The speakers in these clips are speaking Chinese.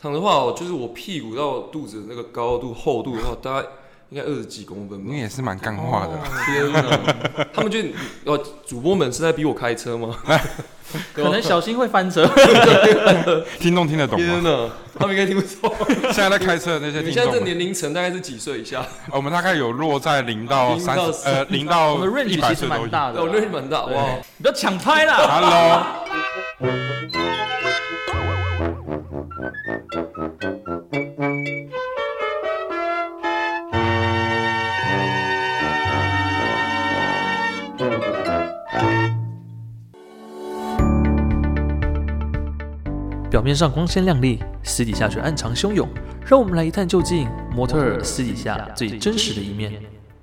躺的话，就是我屁股到肚子的那个高度、厚度的话，大概应该20几公分吧。 你也是蛮干话的。 天哪！他们就主播们是在逼我开车吗？ 可能小心会翻车。 听众听得懂吗？ 天哪，他们应该听不懂。 现在在开车的那些听众， 你现在这年龄层大概是几岁以下？ 我们大概有落在0到30，0到我们 range 其实蛮大的， 我 range 蛮大，哇！ 你不要抢拍啦 ！Hello。 表面上光鲜亮丽，私底下却暗藏汹涌。让我们来一探究竟，模特儿私底下最真实的一面。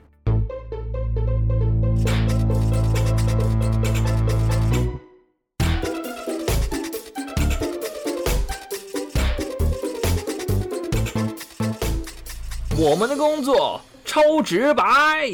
我们的工作超直白。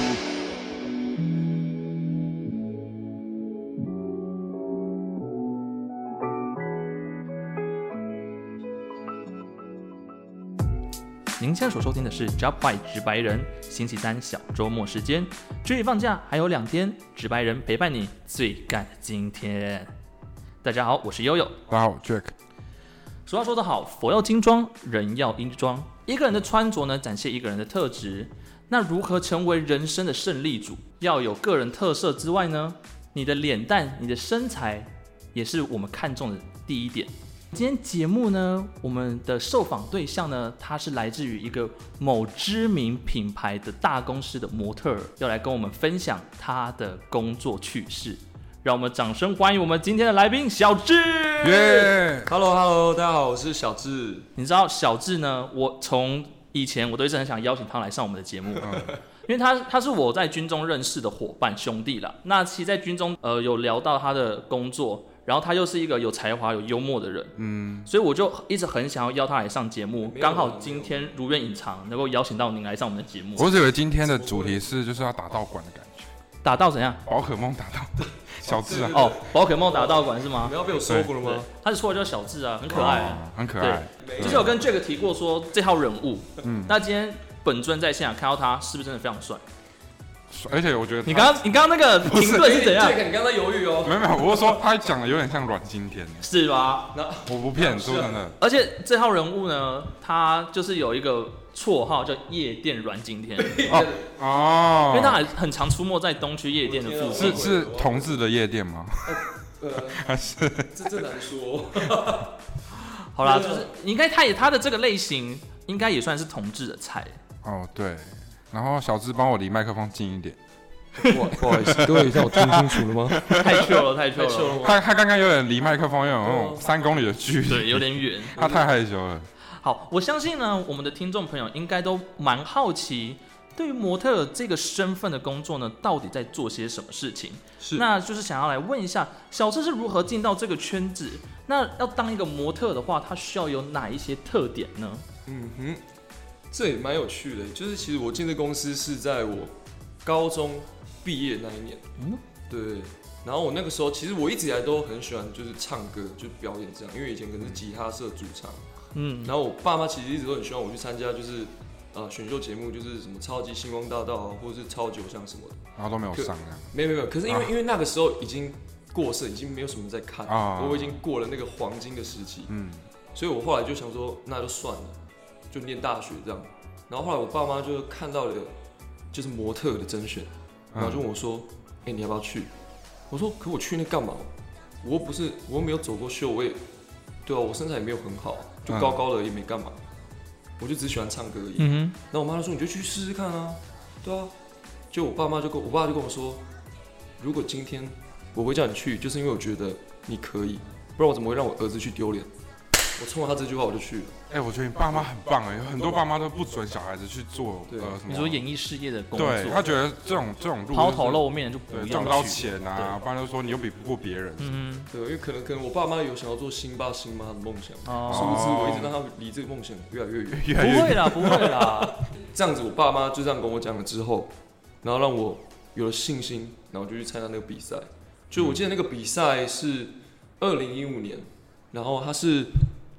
您现在所收听的是 Job by 直白人，星期三小周末时间，距离放假还有2天，直白人陪伴你最干的今天。大家好，我是悠悠。 大家好 ，Jack。 俗话说得好，佛要金装，人要衣装。一个人的穿着呢，展现一个人的特质。那如何成为人生的胜利组？要有个人特色之外呢，你的脸蛋、你的身材，也是我们看重的第一点。今天节目呢，我们的受访对象呢，他是来自于一个某知名品牌的大公司的模特儿，要来跟我们分享他的工作趣事。让我们掌声欢迎我们今天的来宾小智。 耶 ！Hello， 大家好，我是小智。 你知道小智呢？我从以前我都一直很想邀请他来上我们的节目，因为他是我在军中认识的伙伴兄弟啦。那其实，在军中有聊到他的工作。然后他又是一个有才华、有幽默的人，所以我就一直很想要邀他来上节目。刚好今天如愿以偿，能够邀请到您来上我们的节目。 我以为今天的主题就是要打道馆的感觉， 打道怎样？ 宝可梦打道，小智啊！ 哦，宝可梦打道馆是吗？ 你们要被我说过了吗？ 他是说的叫小智啊，很可爱， 很可爱。 对，之前有跟 Jack 提过说这号人物，那今天本尊在现场看到他，是不是真的非常帅？ 而且我觉得你刚刚那个评论是怎样？ 你刚刚在犹豫哦。 没有，我是说他讲的有点像阮经天， 是吧？ 我不骗，说真的。 而且这号人物呢，他就是有一个绰号叫夜店阮经天哦，因为他很常出没在东区夜店的附近。 是同志的夜店吗？还是这难说。 好啦，就是应该他的这个类型应该也算是同志的菜。 哦，对。然后小智帮我离麦克风近一点。 不好意思，各位让我听清楚了吗？ 太糗了，太糗了。 他刚刚有点离麦克风有那种3公里的距离， 对，有点远。 他太害羞了。 好，我相信呢，我们的听众朋友应该都蛮好奇，对于模特这个身份的工作呢，到底在做些什么事情？那就是想要来问一下，小智是如何进到这个圈子？那要当一个模特的话，他需要有哪一些特点呢？ 这也蛮有趣的，就是其实我进这公司是在我高中毕业那一年，对。然后我那个时候其实我一直以来都很喜欢就是唱歌，就表演这样，因为以前可能是吉他社主唱，然后我爸妈其实一直都很希望我去参加就是选秀节目，就是什么超级星光大道啊，或者是超级偶像什么的， 然后都没有上啊。 没有，可是因为那个时候已经过世，已经没有什么在看，我已经过了那个黄金的时期，所以我后来就想说那就算了。就念大学这样，然后后来我爸妈就看到了就是模特的甄选，然后就问我说：“你要不要去？”我说：“可我去那干嘛？我又没有走过秀，对啊，我身材也没有很好，就高高的也没干嘛，我就只喜欢唱歌而已。”然后我妈就说：“你就去试试看啊，对啊。”就我爸就跟我说：“如果今天我会叫你去，就是因为我觉得你可以，不然我怎么会让我儿子去丢脸？”我冲了他这句话我就去了。 我觉得你爸妈很棒有很多爸妈都不准小孩子去做什么。 你说演艺事业的工作， 对他觉得这种路抛头露面就不要赚不到钱啊，不然就说你又比不过别人。 对，因为可能我爸妈有想要做星爸星妈的梦想，殊不知我一直让他离这个梦想越来越远。 不会啦。 这样子，我爸妈就这样跟我讲了之后，然后让我有了信心，然后就去参加那个比赛。就我记得那个比赛是2015年，然后他是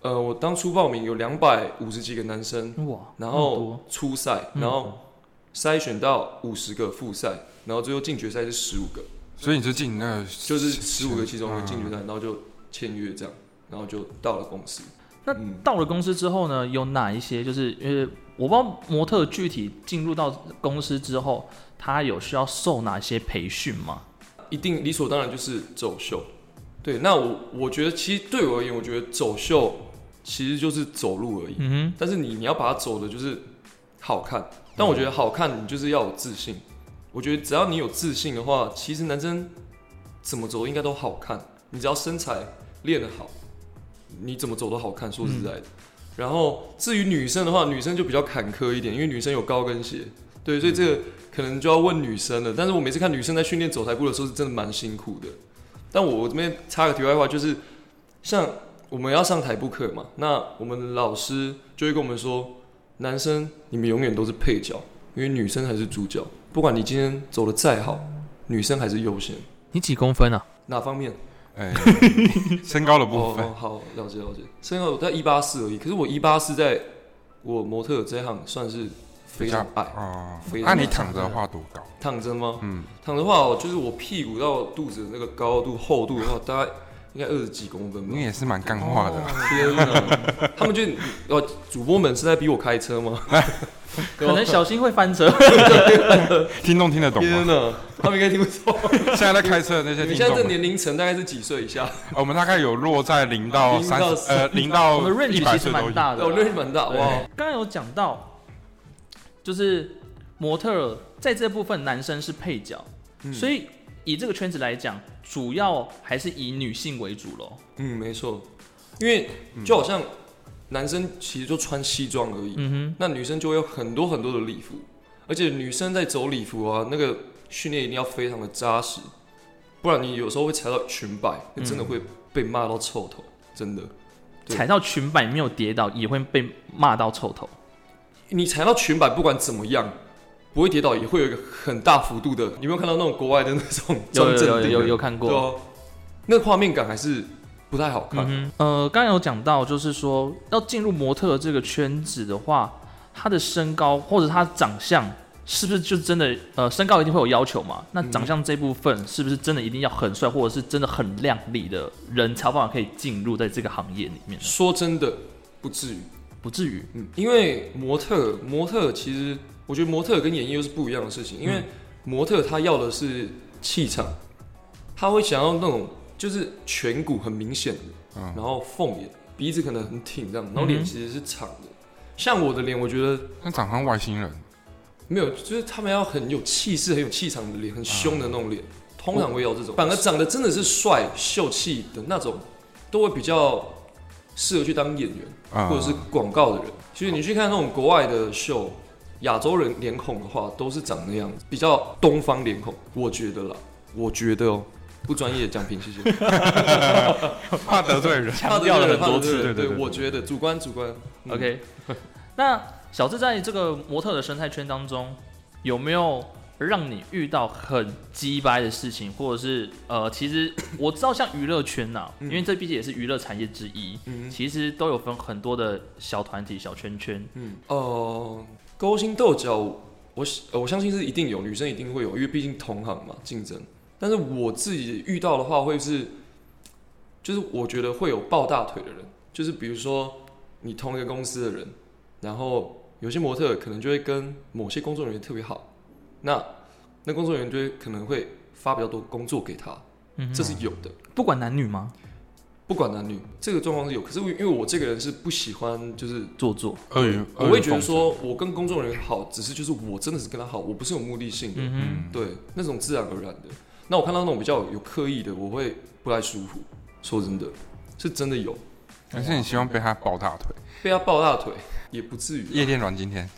我当初报名有250几个男生， 哇， 然后初赛，然后筛选到50个复赛，然后最后进决赛是15个。 所以你就进那个就是15个其中的进决赛，然后就签约这样，然后就到了公司。 那到了公司之后呢，有哪一些就是因为我不知道模特具体进入到公司之后，他有需要受哪些培训吗？ 一定理所当然就是走秀。对，那我觉得其实对我而言，我觉得走秀其实就是走路而已。但是你要把它走的就是好看。但我觉得好看，你就是要有自信。我觉得只要你有自信的话，其实男生怎么走应该都好看。你只要身材练得好，你怎么走都好看。说实在的，然后至于女生的话，女生就比较坎坷一点，因为女生有高跟鞋。对，所以这个可能就要问女生了。但是我每次看女生在训练走台步的时候，是真的蛮辛苦的。但我这边插个题外话，就是像我们要上台步课嘛，那我们老师就会跟我们说，男生你们永远都是配角，因为女生才是主角。不管你今天走得再好，女生还是优先。 你几公分啊？ 哪方面？ 身高的部分。 好，了解。身高我在184而已，可是我184在我模特这一行算是非常矮。 那你躺着的话多高？ 躺着吗？躺着的话，就是我屁股到肚子的那个高度、厚度的话，大概应该20几公分吧。 你也是蛮干话的。 天哪！他们就主播们是在逼我开车吗？ 可能小心会翻车。 听众听得懂吗？ 天哪，他们应该听不懂。 现在在开车的那些听众， 你现在这年龄层大概是几岁以下？ 我们大概有落在0到30，0到100岁都有。 我们 range 其实蛮大的 ，range 蛮大。哇， 刚刚有讲到，就是模特在这部分男生是配角，所以以这个圈子来讲，主要还是以女性为主咯。 没错，因为就好像男生其实就穿西装而已，那女生就会有很多很多的礼服，而且女生在走礼服啊，那个训练一定要非常的扎实，不然你有时候会踩到裙摆，真的会被骂到臭头，真的。 踩到裙摆没有跌倒，也会被骂到臭头。 你踩到裙摆，不管怎么样，不会跌倒，也会有一个很大幅度的。你有没有看到那种国外的那种中正顶？ 有看过。 对啊，那个画面感还是不太好看。 刚刚有讲到，就是说要进入模特这个圈子的话，他的身高或者他长相是不是就真的身高一定会有要求嘛？那长相这部分是不是真的一定要很帅，或者是真的很靓丽的人才有办法可以进入在这个行业里面？ 说真的，不至于。 不至于， 因为模特其实我觉得模特跟演艺又是不一样的事情，因为模特他要的是气场，他会想要那种就是颧骨很明显的，然后凤眼，鼻子可能很挺这样，然后脸其实是长的。像我的脸，我觉得那长像外星人， 没有，就是他们要很有气势、很有气场的脸，很凶的那种脸，通常会要这种。反而长得真的是帅、秀气的那种，都会比较适合去当演员。或者是广告的人，其实你去看那种国外的秀，亚洲人脸孔的话，都是长那样子，比较东方脸孔，我觉得啦，我觉得不专业讲评，谢谢。 怕得罪人， 强调了很多次， 对，我觉得主观。 OK， 那小智在这个模特的生态圈当中，有没有让你遇到很鸡掰的事情，或者是其实我知道像娱乐圈呐，因为这毕竟也是娱乐产业之一，其实都有分很多的小团体、小圈圈。 勾心斗角，我相信是一定有，女生一定会有，因为毕竟同行嘛，竞争。但是我自己遇到的话，会是，就是我觉得会有抱大腿的人，就是比如说你同一个公司的人，然后有些模特可能就会跟某些工作人员特别好。那工作人员就会可能会发比较多工作给他，这是有的。 不管男女吗？ 不管男女，这个状况是有。可是因为我这个人是不喜欢就是做作， 我会觉得说我跟工作人员好，只是就是我真的是跟他好，我不是有目的性的，对，那种自然而然的。那我看到那种比较有刻意的，我会不太舒服。说真的，是真的有。 还是你希望被他抱大腿？ 被他抱大腿也不至于。 夜店软今天。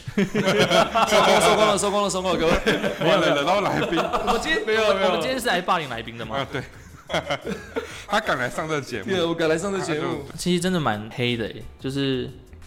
收工了，各位。 没有惹到来宾。 我们今天没有，我们今天是来霸凌来宾的吗？ 对。他敢来上这节目。 对，我敢来上这节目。 其实真的蛮黑的，就是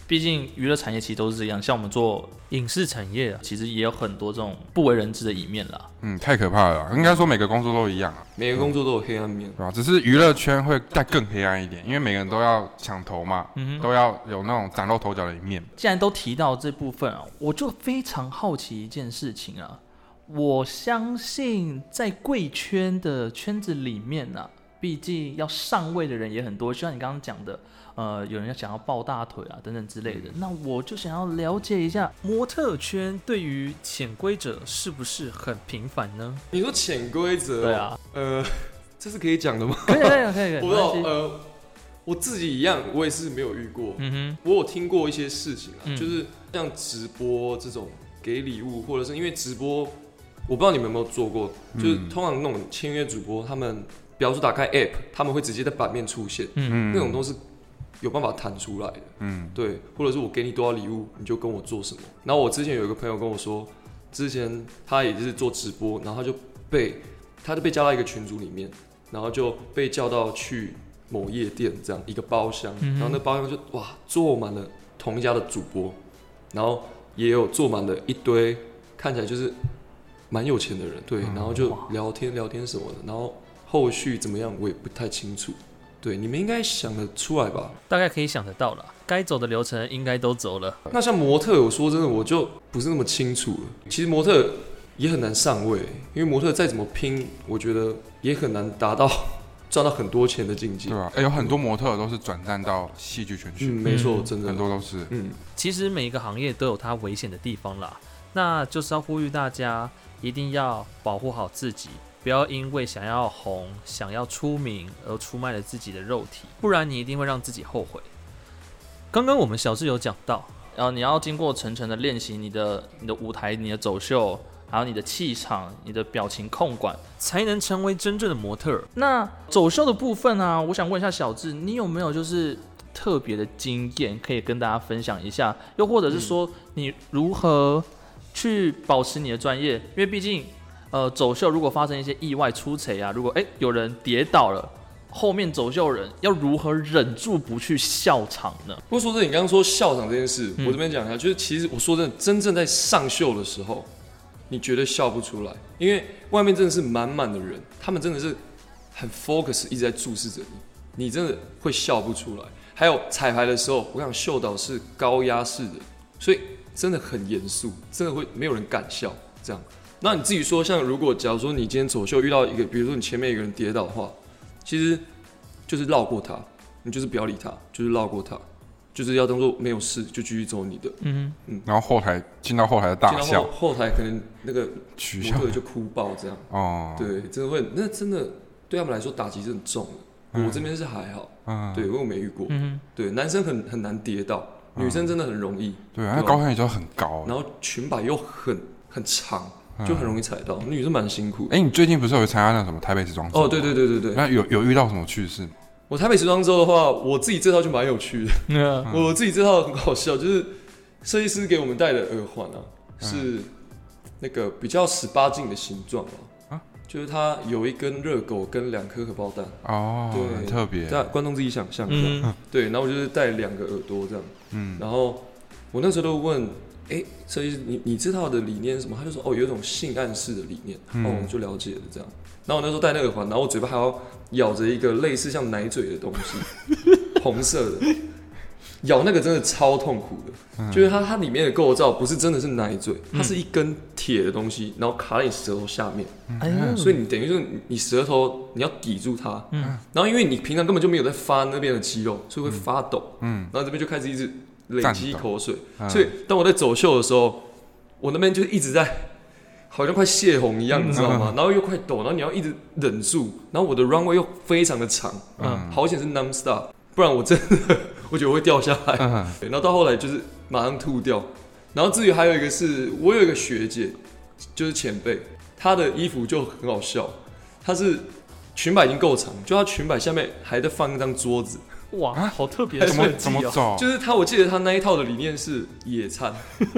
毕竟娱乐产业其实都是这样，像我们做影视产业其实也有很多这种不为人知的一面啦。 太可怕了啦，应该说每个工作都一样啊， 每个工作都有黑暗面， 对吧？只是娱乐圈会再更黑暗一点，因为每个人都要抢头嘛，都要有那种崭露头角的一面。 既然都提到这部分啊，我就非常好奇一件事情啊。我相信在贵圈的圈子里面啊，毕竟要上位的人也很多，就像你刚刚讲的。有人想要抱大腿啊，等等之类的。那我就想要了解一下，模特圈对于潜规则是不是很频繁呢？ 你说潜规则？ 对啊， 这是可以讲的吗？ 可以。 我不知道，我自己一样，我也是没有遇过。我有听过一些事情啊，就是像直播这种给礼物，或者是因为直播，我不知道你们有没有做过，就是通常那种签约主播，他们比方说打开 App， 他们会直接在版面出现，那种都是。有办法弹出来的，对，或者是我给你多少礼物，你就跟我做什么。然后我之前有一个朋友跟我说，之前他也是做直播，然后他就被加到一个群组里面，然后就被叫到去某夜店这样一个包厢，然后那包厢就坐满了同一家的主播，然后也有坐满了一堆看起来就是蛮有钱的人，对，然后就聊天什么的，然后后续怎么样我也不太清楚。对，你们应该想得出来吧？ 大概可以想得到了，该走的流程应该都走了。 那像模特，我说真的，我就不是那么清楚了。其实模特也很难上位，因为模特再怎么拼，我觉得也很难达到赚到很多钱的境界。 对啊，有很多模特都是转战到戏剧圈去。 没错，真的很多都是。 其实每一个行业都有它危险的地方啦，那就是要呼吁大家一定要保护好自己。不要因为想要红、想要出名而出卖了自己的肉体，不然你一定会让自己后悔。刚刚我们小智有讲到，你要经过层层的练习，你的舞台、你的走秀，还有你的气场、你的表情控管，才能成为真正的模特。那走秀的部分啊，我想问一下小智，你有没有就是特别的经验可以跟大家分享一下？又或者是说，你如何去保持你的专业？因为毕竟。走秀如果发生一些意外出彩啊，如果有人跌倒了，后面走秀人要如何忍住不去笑场呢？ 不过说真的，你刚刚说笑场这件事，我这边讲一下，就是其实我说真的，真正在上秀的时候，你绝对笑不出来，因为外面真的是满满的人，他们真的是很 focus， 一直在注视着你，你真的会笑不出来。还有彩排的时候，我想秀导是高压式的，所以真的很严肃，真的会没有人敢笑这样。那你自己说，像如果假如说你今天走秀遇到一个，比如说你前面有个人跌倒的话，其实就是绕过他，你就是不要理他，就是绕过他，就是要当做没有事，就继续走你的。 然后后台进到后台的大笑， 后台可能那个取笑就哭爆这样。哦，对，真的会，那真的对他们来说打击是很重的。我这边是还好，对，因为我没遇过。对，男生很难跌倒，女生真的很容易。 对啊，那高山也就很高， 然后裙摆又很长。就很容易踩到，女生蛮辛苦的。 你最近不是有参加那什么台北时装周？ 对。 那有遇到什么趣事吗？ 我台北时装周的话，我自己这套就蛮有趣的。我自己这套很好笑，就是设计师给我们戴的耳环啊，是那个比较18禁的形状啊，就是它有一根热狗跟2颗荷包蛋。对， 很特别。 观众自己想象。对，然后我就是戴2个耳朵这样。然后我那时候都问。设计师，你这套的理念是什么？他就说有一种性暗示的理念，我就了解了这样。然后我那时候戴那个耳环，然后我嘴巴还要咬着一个类似像奶嘴的东西，红色的，咬那个真的超痛苦的，就是它里面的构造不是真的是奶嘴，它是一根铁的东西，然后卡在你舌头下面，所以你等于说你舌头你要抵住它，然后因为你平常根本就没有在发那边的肌肉，所以会发抖，然后这边就开始一直累积口水，所以当我在走秀的时候，我那边就一直在，好像快泄洪一样，你知道吗？然后又快抖，然后你要一直忍住，然后我的 runway 又非常的长，好险是 non stop， 不然我真的我觉得我会掉下来。然后到后来就是马上吐掉。然后至于还有一个是我有一个学姐，就是前辈，她的衣服就很好笑，她是裙摆已经够长，就她裙摆下面还在放一张桌子。 哇，好特别的设计怎么走？ 就是我记得他那一套的理念是野餐。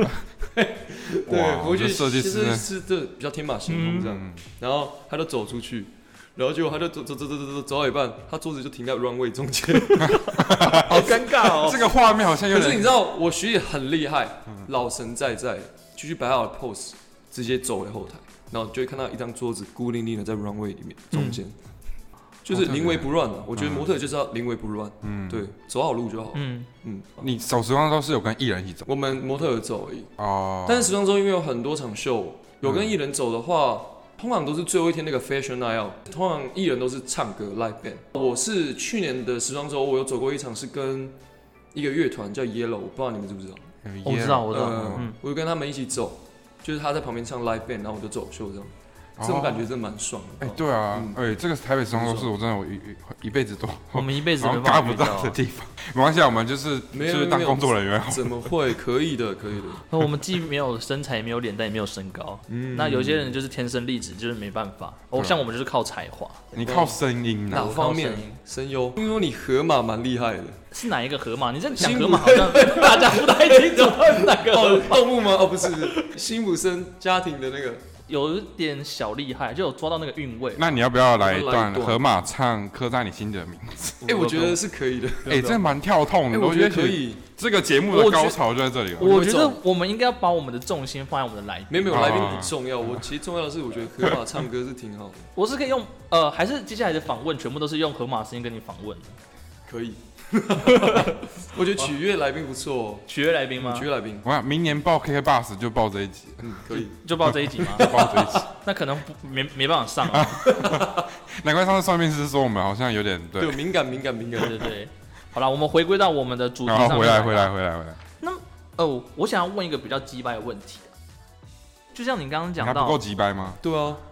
对，我觉得其实是这比较天马行空这样。然后他就走出去， 然后结果他就走到一半，他桌子就停在 runway 中间， 好尴尬哦。 这个画面好像有点。 可是你知道我学姐很厉害，老神在在，继续摆好的 pose， 直接走回后台，然后就会看到一张桌子孤零零的在 runway 里面中间。就是临危不乱嘛，我觉得模特就是要临危不乱，对，走好路就好。 你走时装周是有跟艺人一起走？ 我们模特有走而已。 哦。 但是时装周因为有很多场秀，有跟艺人走的话，通常都是最后一天那个 fashion night out， 通常艺人都是唱歌 live band。我是去年的时装周，我有走过一场是跟一个乐团叫 Yellow， 我不知道你们知不知道？ 我知道，我知道。 我就跟他们一起走，就是他在旁边唱 live band， 然后我就走秀这样。这种感觉真的蛮爽的。 对啊，这个台北时装周是我真的一辈子都我们一辈子没达不到的地方。没关系，我们就是当工作人员。 怎么会？可以的，可以的。 我们既没有身材，也没有脸蛋，也没有身高。那有些人就是天生丽质，就是没办法。像我们就是靠才华。 你靠声音哪方面？声优。听说你河马蛮厉害的。 是哪一个河马？你这讲河马好像大家不太清楚是哪个动物吗？哦，不是，辛普森家庭的那个。 有一点小厉害，就有抓到那个韵味。 那你要不要来一段河马唱《刻在你心底的名字》？ 我觉得是可以的。 这蛮跳痛的。 我觉得可以。 这个节目的高潮就在这里了。 我觉得我们应该要把我们的重心放在我们的来宾。 没有来宾不重要，我其实重要的是，我觉得河马唱歌是挺好的。 我是可以用还是接下来的访问全部都是用河马声音跟你访问的？ 可以。我觉得取悦来宾不错。 取悦来宾吗？ 取悦来宾。 我想明年报 KKBOX 就报这一集。 可以。 就报这一集吗？ 就报这一集。 那可能没办法上啊。 难怪上次算命师说我们好像有点对敏感。 对。好了，我们回归到我们的主题上。 回来。 那我想要问一个比较鸡掰的问题，就像你刚刚讲到， 还不够鸡掰吗？ 对啊。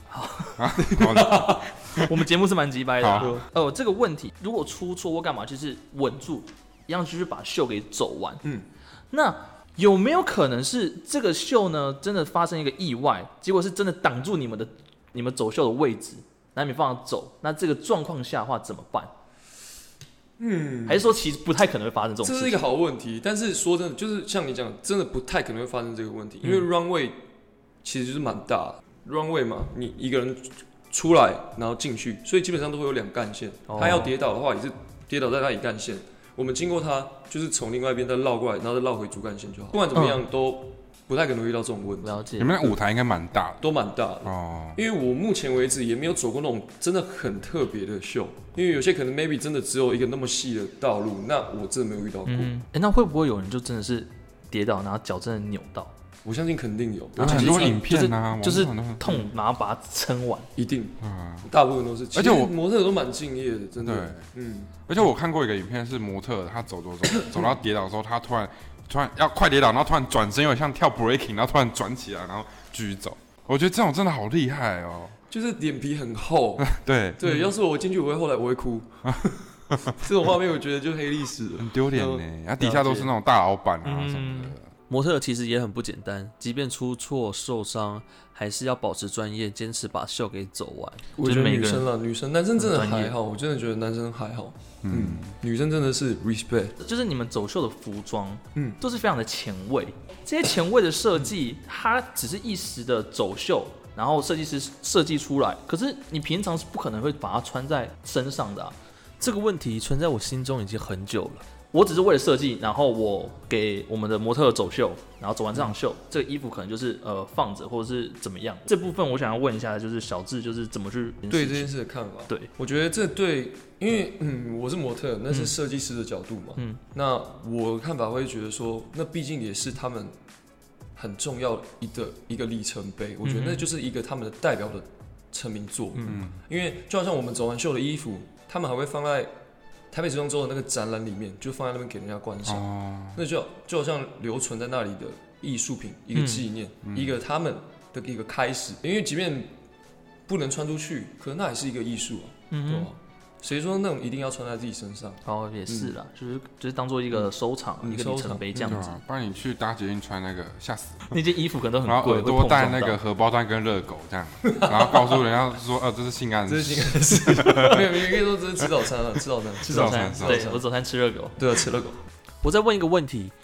我们节目是蛮鸡掰的。这个问题如果出错或干嘛，就是稳住，一样就是把秀给走完。那有没有可能是这个秀呢，真的发生一个意外，结果是真的挡住你们走秀的位置，那你放走，那这个状况下的话怎么办？还是说其实不太可能会发生这种事情？ 这是一个好问题，但是说真的，就是像你讲，真的不太可能会发生这个问题，因为 runway 其实就是蛮大的 runway 嘛，你一个人出来然后进去，所以基本上都会有两干线。他要跌倒的话，也是跌倒在那一干线，我们经过他就是从另外一边再绕过来，然后再绕回主干线就好。不管怎么样，都不太可能遇到这种问题。 了解。 你们的舞台应该蛮大的， 都蛮大的哦。 因为我目前为止也没有走过那种真的很特别的秀，因为有些可能 maybe 真的只有一个那么细的道路，那我真的没有遇到过。 那会不会有人就真的是跌倒，然后脚真的扭到？ 我相信肯定有， 有很多影片啊， 就是痛，然后把它撑完， 一定，大部分都是。而且模特都蛮敬业的，真的。 对，而且我看过一个影片，是模特他走到跌倒的时候，他突然要快跌倒，然后突然转身，有点像跳 breaking， 然后突然转起来，然后继续走。我觉得这种真的好厉害哦， 就是脸皮很厚。 对， 要是我进去，后来我会哭。这种画面我觉得就黑历史了， 很丢脸呢。然后底下都是那种大老板啊什么的。 模特其实也很不简单，即便出错受伤，还是要保持专业，坚持把秀给走完。 我觉得女生，男生真的还好，我真的觉得男生还好。女生真的是 respect。 就是你们走秀的服装，都是非常的前卫。这些前卫的设计，它只是一时的走秀，然后设计师设计出来，可是你平常是不可能会把它穿在身上的。 这个问题存在我心中已经很久了。 我只是为了设计，然后我给我们的模特走秀，然后走完这场秀，这个衣服可能就是放着或者是怎么样。这部分我想要问一下，就是小智就是怎么去对这件事的看法？ 对， 我觉得这对，因为我是模特，那是设计师的角度嘛。那我的看法会觉得说，那毕竟也是他们很重要的一个里程碑。我觉得那就是一个他们的代表的成名作。因为就好像我们走完秀的衣服，他们还会放在台北时装周的那个展览里面，就放在那边给人家观赏，那就好像留存在那里的艺术品，一个纪念，一个他们的一个开始。因为即便不能穿出去，可是那也是一个艺术对吧？谁说那种一定要穿在自己身上？ 也是啦，就是当做一个收藏，一个里程碑这样子。 不然你去搭捷运穿那个吓死那件衣服可能都很贵， 然后耳朵戴那个荷包蛋跟热狗这样，然后告诉人家说这是性暗示， 这是性暗示。没有，可以说这是吃早餐了，吃早餐。 对，我早餐吃热狗。 对啊，吃热狗。 我再问一个问题，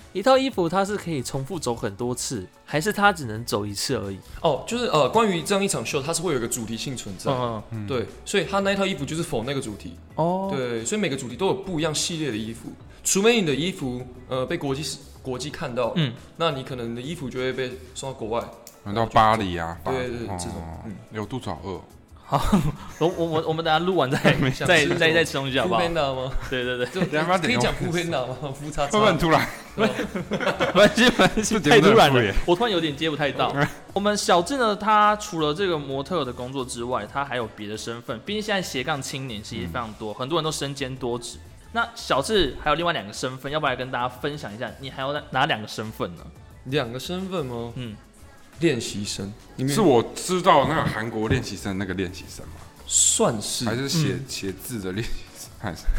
一套衣服它是可以重复走很多次，还是它只能走一次而已？ 哦，就是关于这样一场秀，它是会有一个主题性存在，对，所以它那一套衣服就是否那个主题，对，所以每个主题都有不一样系列的衣服，除非你的衣服被国际看到，那你可能的衣服就会被送到国外， 到巴黎啊， 对，这种， 有肚子好饿。 好，我们等下录完再吃东西好不好？ 铺 Panda 吗？ 对， 可以讲铺 Panda 吗？夫叉会不会很突然？ 没关系，太突然了，我突然有点接不太到。我们小智呢，他除了这个模特的工作之外，他还有别的身份。毕竟现在斜杠青年其实非常多，很多人都身兼多职。那小智还有另外2个身份，要不然跟大家分享一下，你还有哪2个身份呢 ？2个身份吗？练习生是我知道那个韩国练习生那个练习生吗？ 算是， 还是写字的练习生？还是？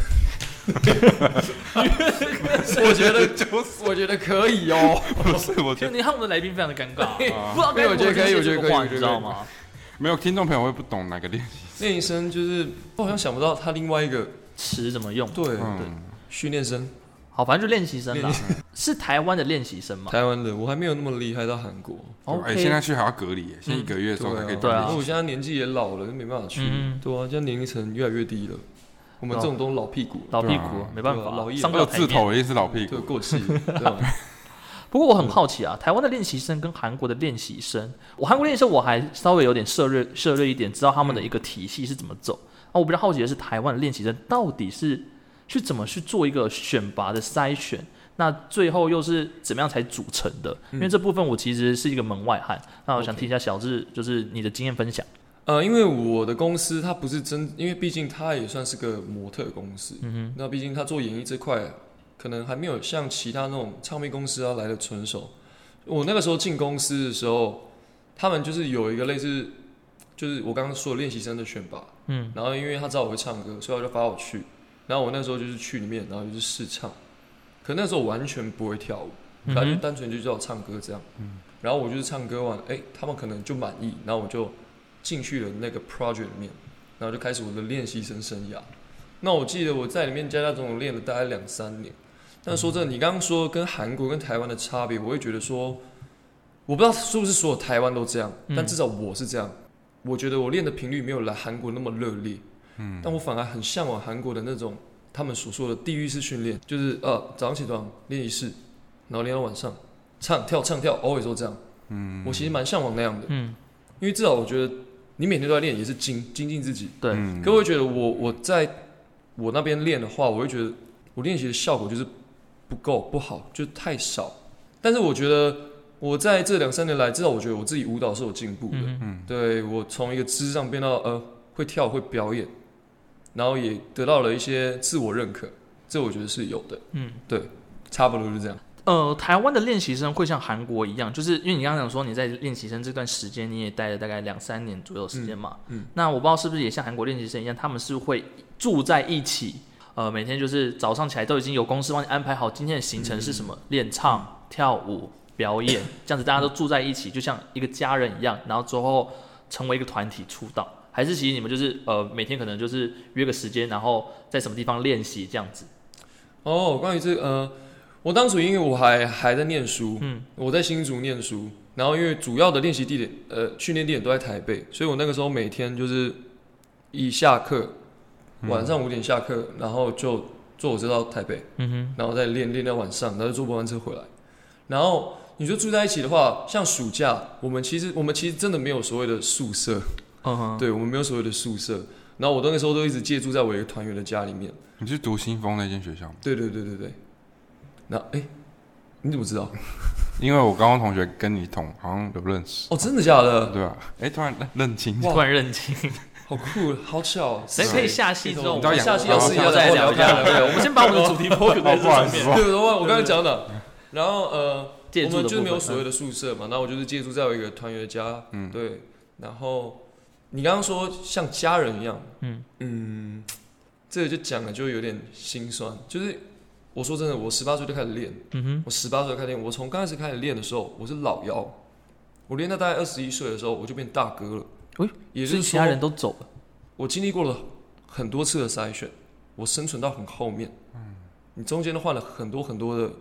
我觉得可以哦。 不是，我觉得你和我们的来宾非常的尴尬，不知道该如何接这个话，你知道吗？ 没有听众朋友会不懂哪个练习生。 练习生就是我好像想不到他另外一个词怎么用。 对，训练生。 好，反正就练习生啦，是台湾的练习生嘛？ 台湾的，我还没有那么厉害到韩国。 现在去还要隔离，现在1个月之后才可以。 对啊，我现在年纪也老了，就没办法去。对啊，现在年龄层越来越低了。我们这种都老屁股， 没办法， 老艺上不了台面。 字头也是老屁股， 对，过气。 不过我很好奇啊，台湾的练习生跟韩国的练习生，韩国练习生我还稍微有点涉略一点，知道他们的一个体系是怎么走。我比较好奇的是，台湾的练习生到底是去怎么去做一个选拔的筛选？那最后又是怎么样才组成的？因为这部分我其实是一个门外汉，那我想听一下小智，就是你的经验分享。 因为我的公司它不是因为毕竟它也算是个模特公司，那毕竟它做演艺这块，可能还没有像其他那种唱片公司来的成熟。我那个时候进公司的时候，他们就是有一个类似，就是我刚刚说的练习生的选拔，然后因为他知道我会唱歌，所以他就发我去，然后我那时候就是去里面，然后就是试唱。可那时候我完全不会跳舞，他就单纯就叫我唱歌这样。然后我就是唱歌完，他们可能就满意，然后我就进去了那个 project 里面，然后就开始我的练习生生涯。那我记得我在里面加总练了大概2-3年。但说真的，你刚刚说跟韩国跟台湾的差别，我会觉得说，我不知道是不是所有台湾都这样，但至少我是这样。我觉得我练的频率没有来韩国那么热烈，但我反而很向往韩国的那种他们所说的地狱式训练，就是早上起床练习室，然后练到晚上唱跳 always 都这样。我其实蛮向往那样的，因为至少我觉得你每天都在练，也是精进自己。 对， 可我会觉得我在我那边练的话，我会觉得我练习的效果就是不够不好，就太少。但是我觉得我在这2-3年来，至少我觉得我自己舞蹈是有进步的。对，我从一个知识上变到会跳会表演，然后也得到了一些自我认可，这我觉得是有的。对，差不多就是这样。 台湾的练习生会像韩国一样，就是因为你刚刚讲说你在练习生这段时间你也待了大概2-3年左右的时间嘛。那我不知道是不是也像韩国练习生一样，他们是会住在一起，每天就是早上起来都已经有公司帮你安排好今天的行程是什么，练唱、跳舞、表演，这样子大家都住在一起，就像一个家人一样，然后之后成为一个团体出道，还是其实你们就是每天可能就是约个时间，然后在什么地方练习这样子？ 关于这个我当初因为我还在念书，我在新竹念书，然后因为主要的练习地点训练地点都在台北，所以我那个时候每天就是一下课，晚上5点下课，然后就坐火车到台北，然后再练到晚上，然后就坐末班车回来。然后你说住在一起的话，像暑假，我们其实真的没有所谓的宿舍，对，我们没有所谓的宿舍。然后我那个时候都一直借住在我一个团员的家里面。 你是读新丰那间学校吗？ 对。那你怎么知道？ 因为我高中同学跟你好像有认识。 真的假的？ 对啊，突然认清， 突然认清， 好酷，好巧。 谁可以下戏之后， 下戏要再聊一下。对，我们先把我们的主题播在这上面。 对，我刚才讲的。然后我们就是没有所谓的宿舍嘛，然后我就是借住在我一个团员的家，对。然后你刚刚说像家人一样，这个就讲了就有点心酸，就是我说真的，我18岁就开始练，我18岁开始练，我从刚开始开始练的时候，我是老幺，我练到大概21岁的时候，我就变大哥了。也就是说其他人都走了， 我经历过了很多次的筛选，我生存到很后面，你中间都换了很多的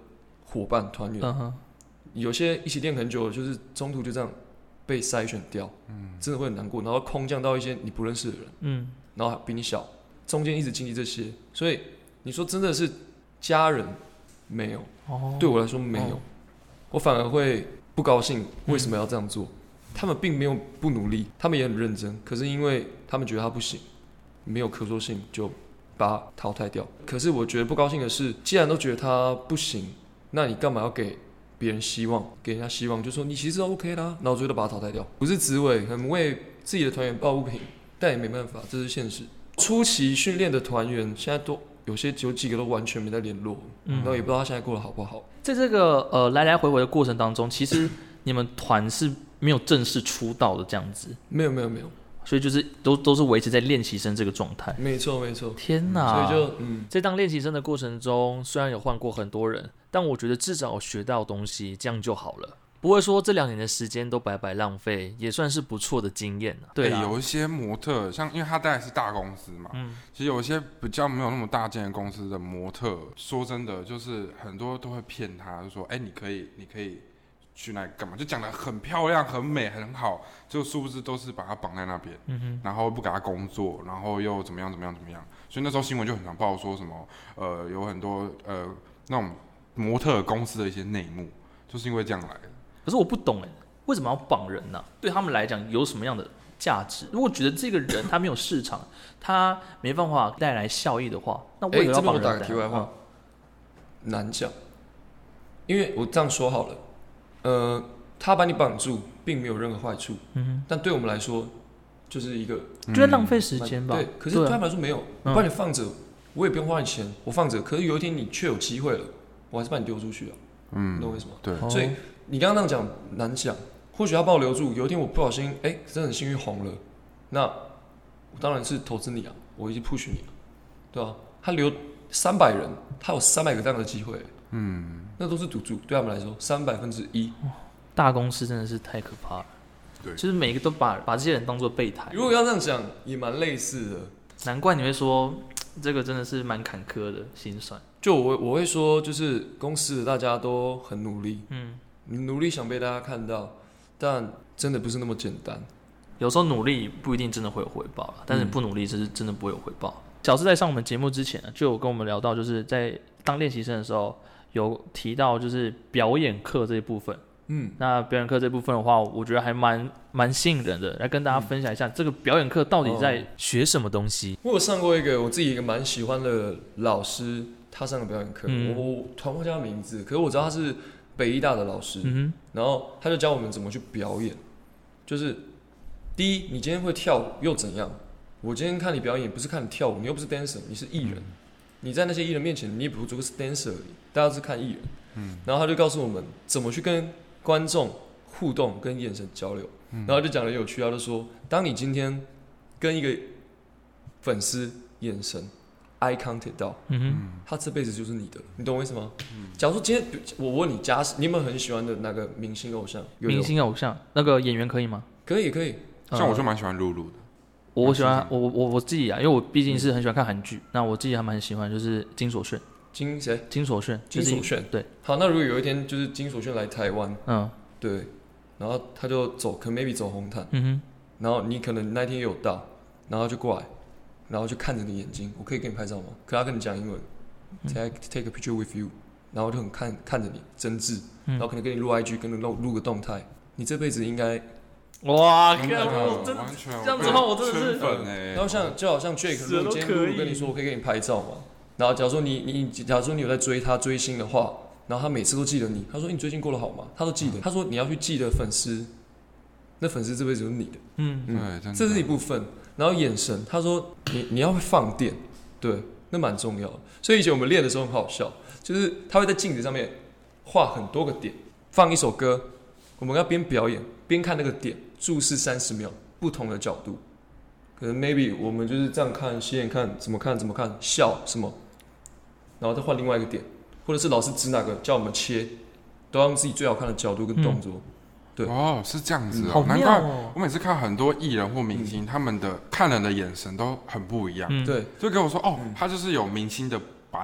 伙伴团员，有些一起练很久，就是中途就这样被筛选掉，真的会很难过，然后空降到一些你不认识的人，然后比你小，中间一直经历这些，所以你说真的是家人没有，对我来说没有，我反而会不高兴，为什么要这样做？他们并没有不努力，他们也很认真，可是因为他们觉得他不行，没有可塑性，就把他淘汰掉。可是我觉得不高兴的是，既然都觉得他不行，那你干嘛要给别人希望，给人家希望，就说你其实 OK 啦，然后最后都把他淘汰掉，不是滋味，很为自己的团员抱不平，但也没办法，这是现实。初期训练的团员现在都有几个都完全没在联络，然后也不知道他现在过得好不好。 在这个来来回回的过程当中，其实你们团是没有正式出道的这样子， 没有， 所以就是都是维持在练习生这个状态。 没错。 天哪！ 所以就在当练习生的过程中，虽然有换过很多人，但我觉得至少有学到东西，这样就好了。不会说这2年的时间都白白浪费，也算是不错的经验啊。 对有一些模特，像因为他大概是大公司嘛，其实有一些比较没有那么大间的公司的模特，说真的，就是很多都会骗他，就说你可以去那里干嘛，就讲得很漂亮、很美、很好，就殊不知都是把他绑在那边，然后不给他工作，然后又怎么样，所以那时候新闻就很常报说什么，有很多那种模特公司的一些内幕，就是因为这样来的。 可是我不懂为什么要绑人呢？对他们来讲有什么样的价值？如果觉得这个人他没有市场，他没办法带来效益的话，那为何要绑人？ 这边我打个题外话，难讲，因为我这样说好了，他把你绑住，并没有任何坏处，但对我们来说就是一个就在浪费时间吧。 对，可是对他们来说没有，我把你放着，我也不用花你钱，我放着，可是有一天你却有机会了，我还是把你丢出去啊，你懂我意思吗？ 对， 所以你刚刚那样讲难讲，或许他把我留住，有一天我不小心，真的很幸运红了，那我当然是投资你啊，我已经 push 你了，对吧？他留300人，他有300个这样的机会，那都是赌注，对他们来说100%。 大公司真的是太可怕了， 对， 就是每个都把这些人当作备胎。 如果要这样讲，也蛮类似的。 难怪你会说这个真的是蛮坎坷的心酸。 就我会说，就是公司的大家都很努力，努力想被大家看到，但真的不是那么简单。 有时候努力不一定真的会有回报啦，但是不努力是真的不会有回报。小志在上我们节目之前就有跟我们聊到，就是在当练习生的时候有提到就是表演课这一部分。那表演课这部分的话，我觉得还蛮吸引人的，来跟大家分享一下这个表演课到底在学什么东西。 我有上过一个我自己一个蛮喜欢的老师，他上的表演课，我突然忘记他名字，可是我知道他是北医大的老师，然后他就教我们怎么去表演。就是第一，你今天会跳舞又怎样？我今天看你表演不是看你跳舞，你又不是 dancer， 你是艺人，你在那些艺人面前，你也不只是 dancer 而已，大家是看艺人。然后他就告诉我们怎么去跟观众互动跟眼神交流，然后就讲得有趣，他就说，当你今天跟一个粉丝眼神 eye contact 到，他这辈子就是你的了，你懂我意思吗？假如说今天我问你，你有没有很喜欢的哪个明星偶像？ 明星偶像那个演员可以吗？ 可以， 像我就蛮喜欢露露的。 我喜欢我自己啊，因为我毕竟是很喜欢看韩剧，那我自己还蛮喜欢就是金所炫。 谁？ 金所炫。对。 好，那如果有一天就是金所炫来台湾，对，然后他就可能 maybe 走红毯，然后你可能那天也有到，然后就过来，然后就看着你眼睛，我可以跟你拍照吗？可他跟你讲英文，Can I take a picture with you？ 然后就很看着你真挚，然后可能跟你录 IG， 跟你录个动态，你这辈子应该。 哇，看我真的这样子的话，我真的是粉哎。 然后就好像 Jake， 如果今天露露跟你说，我可以给你拍照吗？然后假如说你有在追他追星的话，然后他每次都记得你，他说你最近过得好吗？他都记得。他说你要去记得粉丝，那粉丝这辈子就是你的。 对， 这是一部分。然后眼神，他说你要会放电，对，那蛮重要的。所以以前我们练的时候很好笑，就是他会在镜子上面画很多个点，放一首歌，我们要边表演边看那个点，注视30秒，不同的角度。可能 maybe 我们就是这样看，斜眼看，怎么看，笑什么，然后再换另外一个点，或者是老师指哪个叫我们切，都要用自己最好看的角度跟动作。对， 是这样子哦， 难怪我每次看很多艺人或明星，他们的看人的眼神都很不一样。 对， 就跟我说他就是有明星的斑，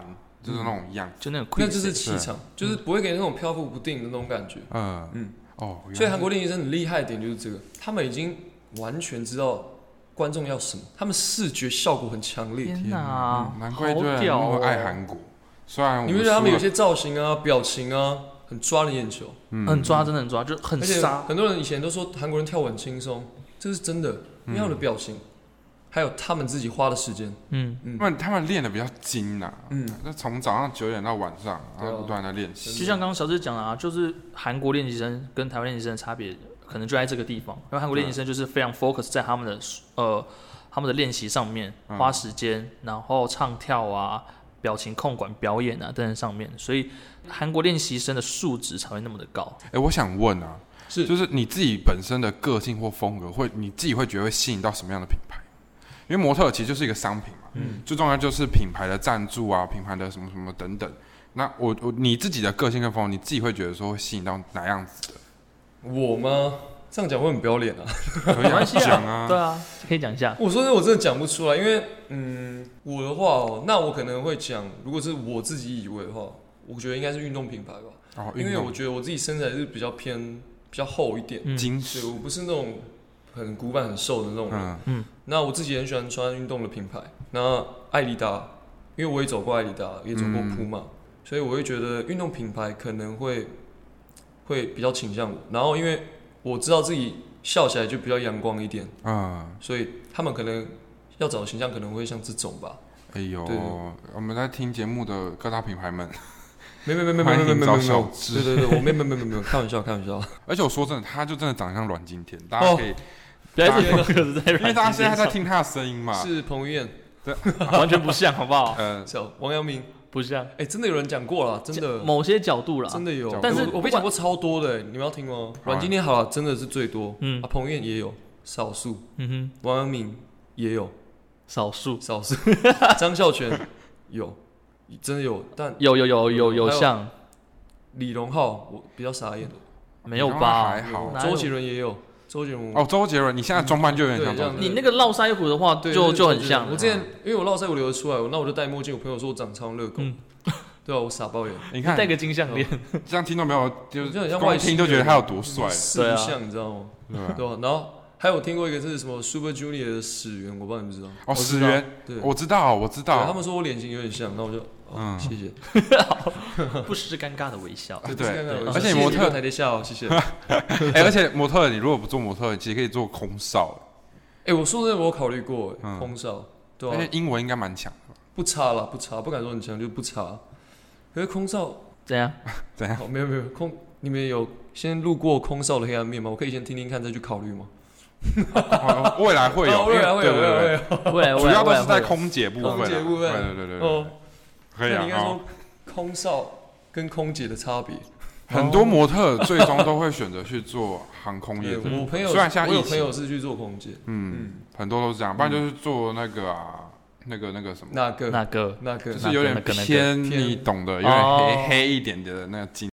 就是那种样， 就那种那就是气场，就是不会给你那种漂浮不定的那种感觉。所以韩国练习生很厉害的点就是这个，他们已经完全知道观众要什么，他们视觉效果很强烈。 天哪， 难怪对人那么爱韩国。虽然你会觉得他们有些造型啊、表情啊，很抓你眼球， 很抓，真的很抓，就很杀。 很多人以前都说韩国人跳舞很轻松，这是真的，因为他们的表情，还有他们自己花的时间。 他们练的比较精啊，那从早上9点到晚上，然后不断的练习。 就像刚刚小志讲的啊，就是韩国练习生跟台湾练习生的差别，可能就在这个地方。因为韩国练习生就是非常 focus 在他们的练习上面，花时间，然后唱跳啊、表情控管、表演啊等等上面，所以韩国练习生的素质才会那么的高。 我想问啊，就是你自己本身的个性或风格，你自己会觉得会吸引到什么样的品牌？因为模特其实就是一个商品嘛，最重要就是品牌的赞助啊，品牌的什么什么等等。那你自己的个性跟风格，你自己会觉得说会吸引到哪样子的？ 我吗？这样讲会很不要脸啊。 没关系啊， 对啊，可以讲一下。 我说我真的讲不出来，因为我的话那我可能会讲，如果是我自己以为的话，我觉得应该是运动品牌吧。因为我觉得我自己身材是比较厚一点， 精致，我不是那种很骨感很瘦的那种人。那我自己很喜欢穿运动的品牌，那艾迪达，因为我也走过艾迪达，也走过普马，所以我会觉得运动品牌可能会比较倾向我。然后因为我知道自己笑起来就比较阳光一点，所以他们可能要找的形象可能会像这种吧。 哎呦，我们在听节目的各大品牌们。 没，对，我没有，开玩笑。 而且我说真的，他就真的长得像阮经天，大家可以不要一直 focus 在阮经天上， 因为大家现在在听他的声音嘛。 是彭于晏， 对， 完全不像，好不好？ 王阳明不像。 真的有人讲过了，真的某些角度啦， 真的有。 但是我被讲过超多的，你们要听吗？阮经天好了，真的是最多。彭于晏也有少数，王阳明也有少数， 张孝全有。真的有，但有像李荣浩，我比较傻眼的， 没有吧？ 还好， 周杰伦也有，周杰伦，你现在装扮就有点像周杰伦。 你那个络腮胡的话，就很像。 我之前因为我络腮胡留得出来，那我就戴墨镜，我朋友说我长超热狗，对啊，我傻爆眼。 你看戴个金项链， 这样听众朋友就很像光听都觉得他有多帅， 四不像，你知道吗？对啊，然后。还有听过一个是什么 Super Junior 的始源，我不知道你们知道。 始源，对，我知道。 他们说我脸型有点像，那我就谢谢， 不失尴尬的微笑。 对，而且模特台阶下谢谢。 而且模特，你如果不做模特，其实可以做空少。 我说真的，我有考虑过空少，对啊。 而且英文应该蛮强的。 不差，不敢说很强，就不差。可是空少怎样？ 没有你们有先路过空少的黑暗面吗？我可以先听听看，再去考虑吗？ 未来会有， 未来主要都是在空姐部分。 对， 可以啊。 你应该说空少跟空姐的差别。 很多模特最终都会选择去做航空业。 我朋友虽然现在我有朋友是去做空姐， 很多都是这样，不然就是做那个什么， 那个， 就是有点偏你懂的，有点黑一点的那个金。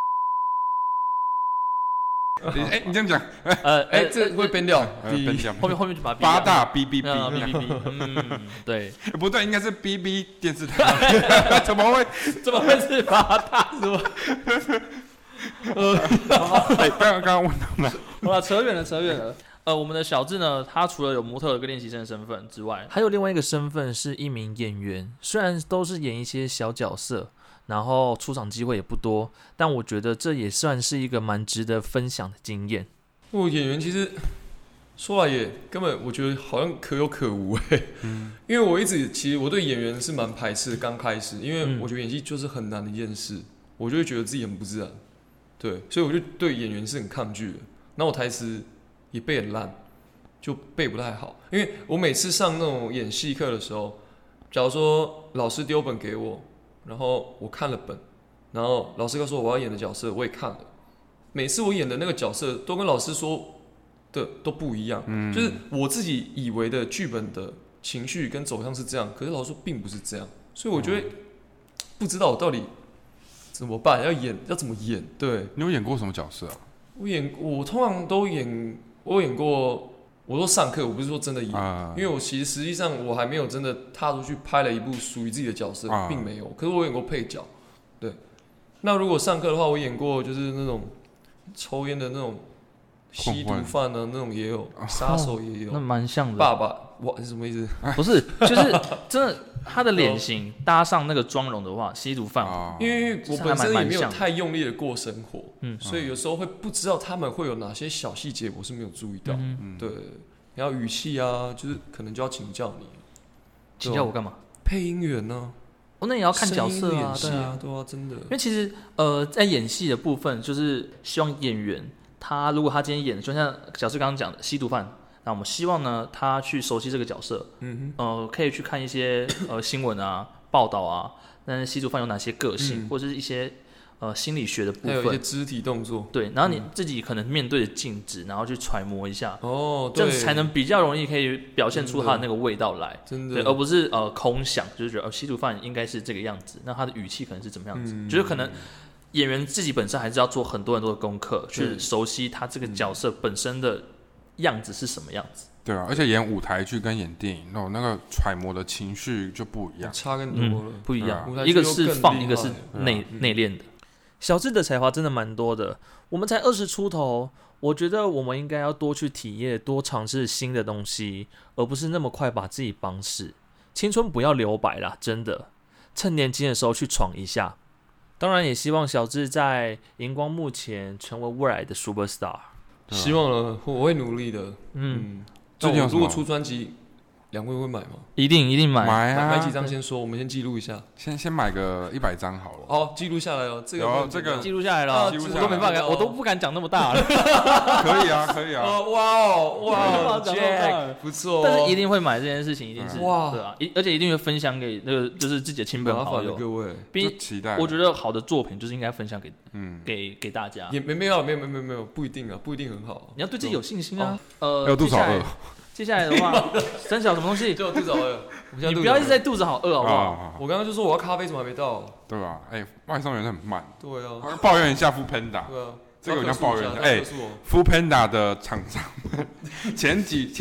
你这样讲， 这会编掉， 后面就把八大 B， 对， 不对，应该是 BB 电视台，怎么会是八大？是吗？ 刚刚问到哪？ 好了，扯远了。我们的小智呢，他除了有模特跟练习生的身份之外， 还有另外一个身份是一名演员，虽然都是演一些小角色。然后出场机会也不多，但我觉得这也算是一个蛮值得分享的经验。 演员其实说来也根本我觉得好像可有可无因为我其实我对演员是蛮排斥的，刚开始，因为我觉得演戏就是很难的一件事，我就会觉得自己很不自然，对，所以我就对演员是很抗拒的。那我台词也背很烂，就背不太好，因为我每次上那种演戏课的时候，假如说老师丢本给我。然后我看了本，然后老师告诉我要演的角色，我也看了。每次我演的那个角色都跟老师说的都不一样，就是我自己以为的剧本的情绪跟走向是这样，可是老师说并不是这样，所以我觉得不知道我到底怎么办，要怎么演？对， 你有演过什么角色啊？ 我通常都演，我演过我说上课，我不是说真的演，因为我其实实际上我还没有真的踏出去拍了一部属于自己的角色，并没有。可是我演过配角，对。那如果上课的话，我演过就是那种抽烟的那种吸毒犯啊，那种也有，杀手也有， 那蛮像的。 爸爸，哇，是什么意思？ 不是，就是真的，他的脸型搭上那个妆容的话，吸毒犯， 因为我本身也没有太用力的过生活，所以有时候会不知道他们会有哪些小细节，我是没有注意到。对，然后语气啊，就是可能就要请教你。 请教我干嘛？ 配音员呢？ 那也要看角色啊， 对啊，真的。 因为其实在演戏的部分，就是希望演员他如果他今天演，就像小四刚刚讲的吸毒犯，那我们希望呢他去熟悉这个角色，可以去看一些新闻啊、报道啊，那吸毒犯有哪些个性，或者是一些心理学的部分， 还有一些肢体动作， 对，然后你自己可能面对着镜子，然后去揣摩一下， 这样子才能比较容易可以表现出他的那个味道来， 真的， 对，而不是空想，就是觉得吸毒犯应该是这个样子，那他的语气可能是怎么样子，就是可能演员自己本身还是要做很多的功课，去熟悉他这个角色本身的样子是什么样子。 对啊，而且演舞台剧跟演电影，那个揣摩的情绪就不一样， 差更多了， 不一样。一个是放，一个是内敛的。 小智的才华真的蛮多的，我们才20出头，我觉得我们应该要多去体验，多尝试新的东西，而不是那么快把自己绑死。青春不要留白啦，真的，趁年轻的时候去闯一下。当然也希望小智在荧光幕前成为未来的 super star。 希望了，我会努力的。最近如果出专辑，两位会买吗？ 一定买。 买几张先说，我们先记录一下。 先买个100张好了。 好，记录下来哦。这个记录下来了，我都没办法，我都不敢讲那么大了。 可以啊。 哇 ，Jack 不错。 但是一定会买这件事情，一定是哇，对啊，而且一定会分享给那个就是自己的亲朋好友。 各位， 期待。 我觉得好的作品就是应该分享给大家。 也没有，不一定啊，不一定很好。 你要对自己有信心啊。 有肚子好饿。 接下来的话，三小什么东西？ 就肚子好饿。 你不要一直在肚子好饿，好不好？ 我刚刚就说我要咖啡，怎么还没到？ 对吧？外送员很慢。 对啊。 抱怨一下 Foodpanda。 对啊。 这个我要抱怨一下。Foodpanda 的厂商前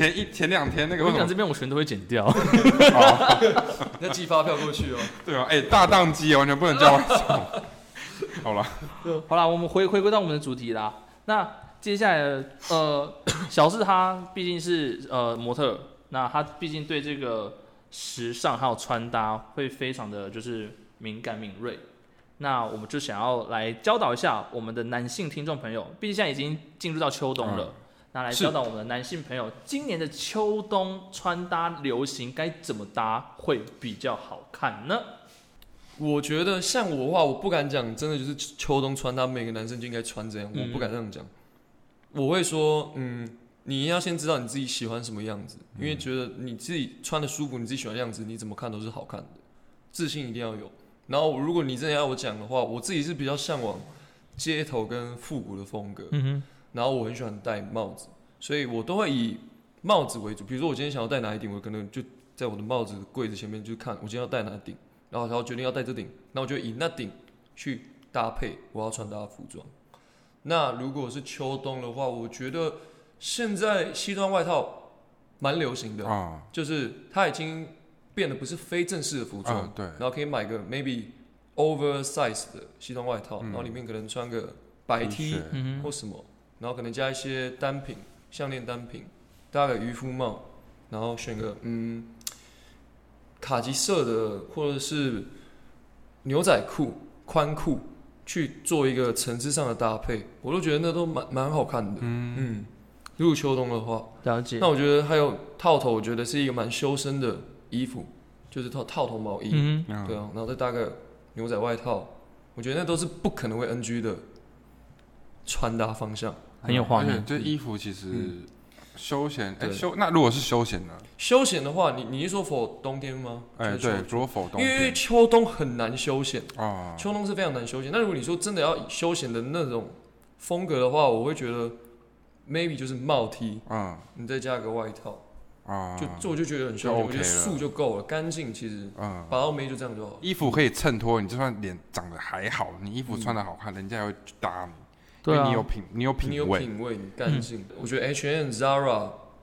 2天那个， 我讲这边我全都会剪掉。 要寄发票过去哦。 对啊，大宕机完全不能叫外送。好了，我们回归到我们的主题啦。那接下来小智他毕竟是模特，那他毕竟对这个时尚还有穿搭会非常的就是敏感敏锐。那我们就想要来教导一下我们的男性听众朋友，毕竟现在已经进入到秋冬了，那来教导我们的男性朋友，今年的秋冬穿搭流行该怎么搭会比较好看呢？ 我觉得像我的话，我不敢讲，真的就是秋冬穿搭每个男生就应该穿这样，我不敢这样讲。我会说，你要先知道你自己喜欢什么样子，因为觉得你自己穿的舒服，你自己喜欢的样子，你怎么看都是好看的，自信一定要有。然后，如果你真的要我讲的话，我自己是比较向往街头跟复古的风格，然后我很喜欢戴帽子，所以我都会以帽子为主。比如说我今天想要戴哪一顶，我可能就在我的帽子柜子前面就看我今天要戴哪顶，然后决定要戴这顶，那我就以那顶去搭配我要穿搭的服装。那如果是秋冬的话，我觉得现在西装外套蛮流行的，就是它已经变得不是非正式的服装， 对， 然后可以买个 maybe oversize 的西装外套，然后里面可能穿个白 T 或什么，然后可能加一些单品，项链单品，搭个渔夫帽，然后选个卡其色的或者是牛仔裤、宽裤。去做一个层次上的搭配，我都觉得那都蛮好看的。如果秋冬的话， 了解。 那我觉得还有套头，我觉得是一个蛮修身的衣服，就是套头毛衣，对啊，然后再搭个牛仔外套，我觉得那都是不可能会 NG 的穿搭方向， 很有画面。 而且这衣服其实休闲，那如果是休闲呢？ 休闲的话，你是说否冬天吗？ 对，如果否冬天， 因为秋冬很难休闲啊，秋冬是非常难休闲。那如果你说真的要休闲的那种风格的话，我会觉得 maybe 就是帽 T，你再加个外套我就觉得很休闲，我觉得素就够了，干净其实把到眉就这样就好。 衣服可以衬托你，就算脸长得还好，你衣服穿得好看，人家也会搭你。对啊，你有品味， 你干净。我觉得 H&M、Zara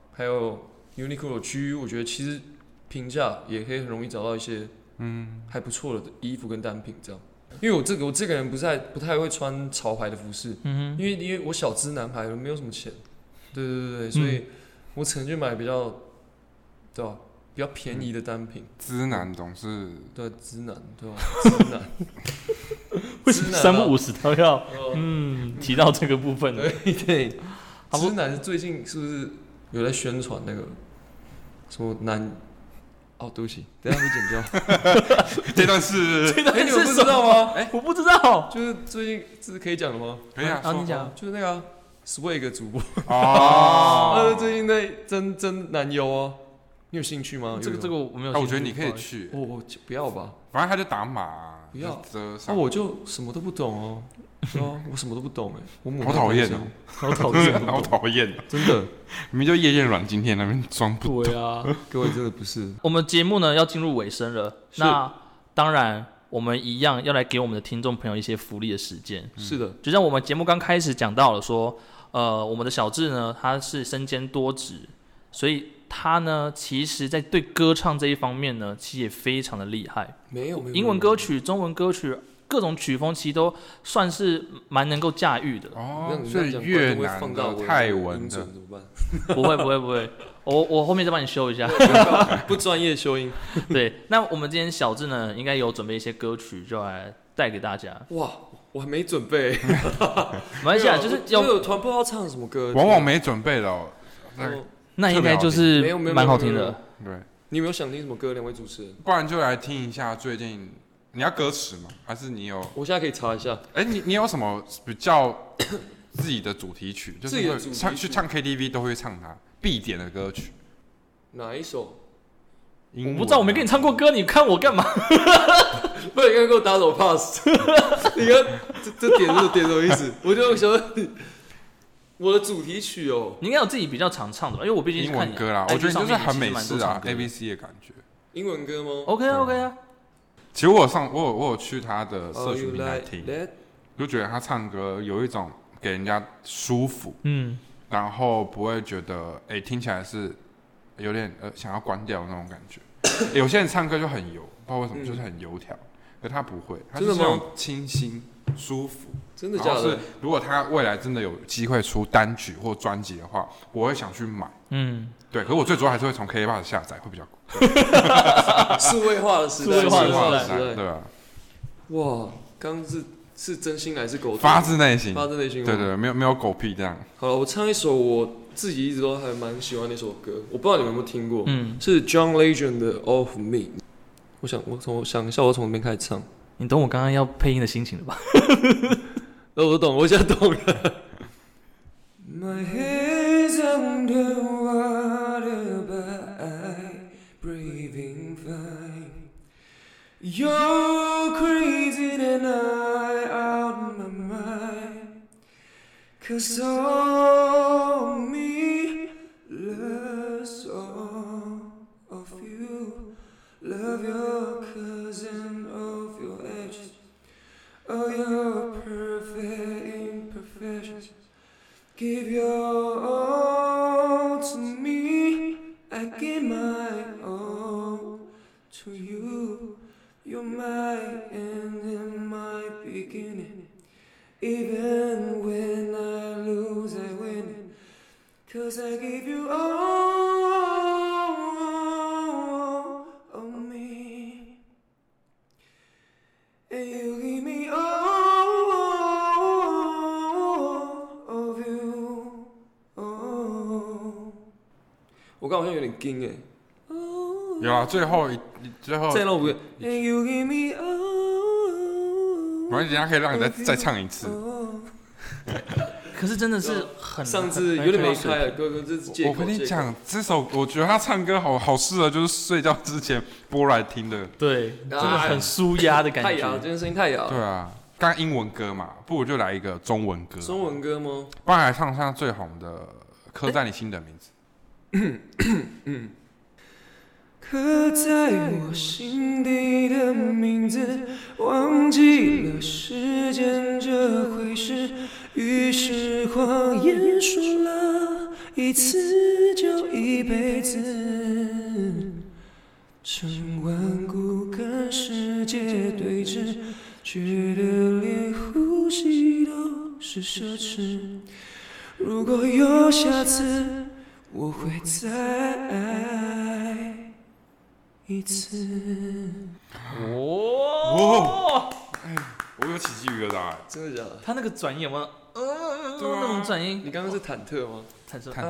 还有 Uniqlo 区，我觉得其实平价也可以很容易找到一些还不错的衣服跟单品这样。因为我这个人不太会穿潮牌的服饰，因为我小资男孩，没有什么钱，对，所以我只能去买比较，对吧？比较便宜的单品。 资男总是对资男，对吧？资男， 为什么3不50都要提到这个部分呢？ 对，资男最近是不是有在宣传那个什么男？哦，对不起，等一下会剪掉。 这段是你们不知道吗？ 我不知道， 就是最近这是可以讲的吗？ 可以啊， 你讲， 就是那个Swag 主播哦， 最近在争男优啊，你有兴趣吗？ 这个我没有。 我觉得你可以去。 我不要吧， 反正他就打码， 不要。 我就什么都不懂哦。我什么都不懂哎， 好讨厌哦， 好讨厌， 好讨厌， 真的， 明明就夜店软今天那边装不懂。 对啊， 各位真的不是。 我们节目呢要进入尾声了，那当然我们一样要来给我们的听众朋友一些福利的时间。 是的， 就像我们节目刚开始讲到了说，我们的小智呢，他是身兼多职，所以他呢，其实在对歌唱这一方面呢，其实也非常的厉害。 没有， 英文歌曲、中文歌曲。各种曲风其实都算是蛮能够驾驭的哦，所以越南的、泰文的怎么办？ 不会，我后面再帮你修一下， 不专业修音。 对，那我们今天小智呢，应该有准备一些歌曲，就来带给大家。 哇，我还没准备。 没关系啊，就是有团不知道唱什么歌， 往往没准备了。 那应该就是蛮好听的。 对， 你有没有想听什么歌？两位主持人， 不然就来听一下最近。你要歌词吗？还是你有？ 我现在可以查一下。 你有什么比较自己的主题曲？就是去唱 KTV 都会唱它必点的歌曲。 哪一首？ 我不知道，我没跟你唱过歌，你看我干嘛？ 不然你刚刚给我打手 pass。你看这点什么意思？我就想我的主题曲哦。 你应该有自己比较常唱的吧？因为我毕竟是看英文歌啦，我觉得就是很美式啊 ，ABC 的感觉。 英文歌吗 ？OK 啊。 其实我有去他的社群平台听，就觉得他唱歌有一种给人家舒服，然后不会觉得听起来是有点想要关掉那种感觉。有些人唱歌就很油，不知道为什么就是很油条，可他不会，他就是那种清新舒服。 真的假的？ 如果他未来真的有机会出单曲或专辑的话，我会想去买。对，可是我最主要还是会从 KKBOX 下载，会比较数位化的时代， 对啊。 哇，刚是真心还是狗屁？ 发自内心，对，没有狗屁这样。 好了，我唱一首我自己一直都还蛮喜欢的一首歌，我不知道你们有没有听过，是 John Legend 的 Of Me。我想一下，我从哪边开始唱？ 你懂我刚刚要配音的心情了吧？ 我懂，我现在懂了。 My head's underwater, but I'm breathing fine. You're crazy and I'm out my mind. 'Cause all me loves all of you. Love your cousin of your edges. Oh, your perfect imperfections. Give your all to me. I give my all to you. You're my end and my beginning. Even when I lose, I win. 'Cause I gave you all of me. And you give me all of you. Oh. 我刚好像有点惊哎。 有啊，最后再让我 And you give me all. 反正人家可以让你再唱一次。 可是真的是很上次有点没开了，哥，这是借口。 我跟你讲，这首我觉得他唱歌好适合，就是睡觉之前播来听的。 对，真的很舒压的感觉。 太哑了，今天声音太哑了。 对啊，刚英文歌嘛，不如就来一个中文歌。 中文歌吗？ 不然来唱唱最红的《刻在你心的名字》。 刻在我心底的名字，忘记了时间这回事，于是谎言说了一次就一辈子。整晚孤跟世界对峙，觉得连呼吸都是奢侈。如果有下次，我会再爱一次。 哦， 我有起鸡皮疙瘩， 真的假的？ 他那个转音有没有？那种转音， 你刚刚是忐忑吗？ 忐忑。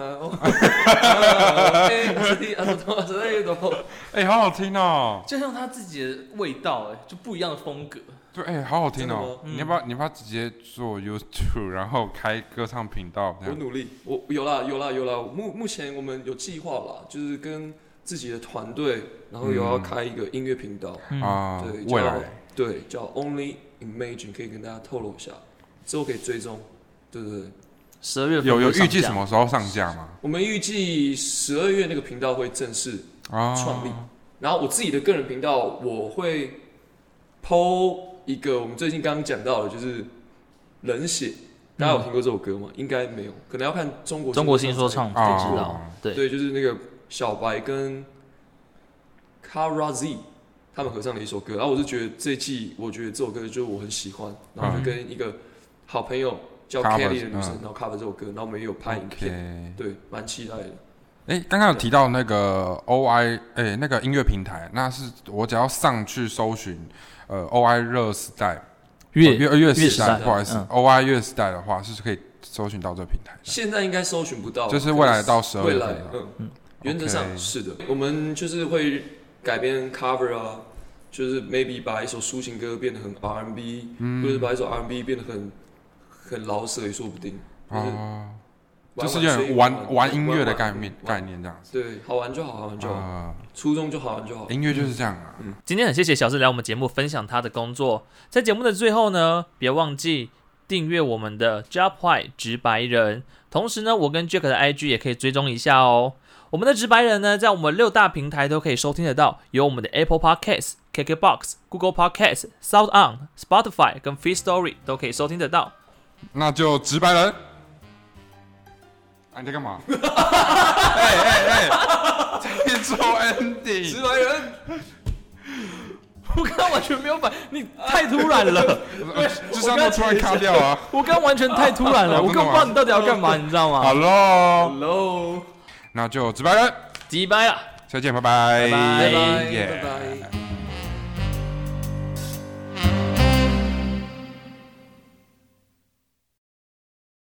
好好听哦， 就像他自己的味道，就不一样的风格。 对，好好听哦。你要不要直接做 YouTube， 然后开歌唱频道？ 我努力，我有啦。目前我们有计划啦，就是跟自己的团队，然后有要开一个音乐频道对， 未来对叫 Only Imagine， 可以跟大家透露一下，之后可以追踪，对。 12月份有预计什么时候上架吗？ 我们预计12月那个频道会正式创立，然后我自己的个人频道我会 po 一个我们最近刚刚讲到的，就是冷血，大家有听过这首歌吗？应该没有，可能要看中国新说唱才知道。对，就是那个小白跟 Kara Z 他们合唱的一首歌，然后我是觉得这一季，我觉得这首歌就是我很喜欢，然后就跟一个好朋友叫 Kelly 的女生，然后 cover 这首歌，然后我们也有拍影片，对，蛮期待的。 刚刚有提到那个 OI， 那个音乐平台，那是我只要上去搜寻OI 热时代乐时代，不好意思，OI 乐时代的话是可以搜寻到这个平台。 现在应该搜寻不到， 就是未来到12月份， 原则上是的，我们就是会改编 cover 啊，就是 maybe 把一首抒情歌变得很 R&B， 或者把一首 R&B 变得很老舍也说不定。 就是有点玩音乐的概念这样子。 对，好玩就好，初衷就好玩就好。 音乐就是这样啊。 今天很谢谢小志来我们节目分享他的工作。在节目的最后呢，别忘记订阅我们的 Job White 直白人，同时呢，我跟 Jack 的 IG 也可以追踪一下哦。我们的直白人呢，在我们6大平台都可以收听得到，有我们的 Apple Podcasts、KKBox、Google Podcasts、SoundOn、Spotify 跟 Firstory 都可以收听得到。 那就直白人。你在干嘛？这一周 ending， 直白人。 我刚刚完全没有反应，你太突然了， 就是要突然卡掉啊！ 我刚完全太突然了，我根本不知道你到底要干嘛，你知道吗 ？Hello， 那就直白人， 直白了， 再见，拜拜， 拜拜。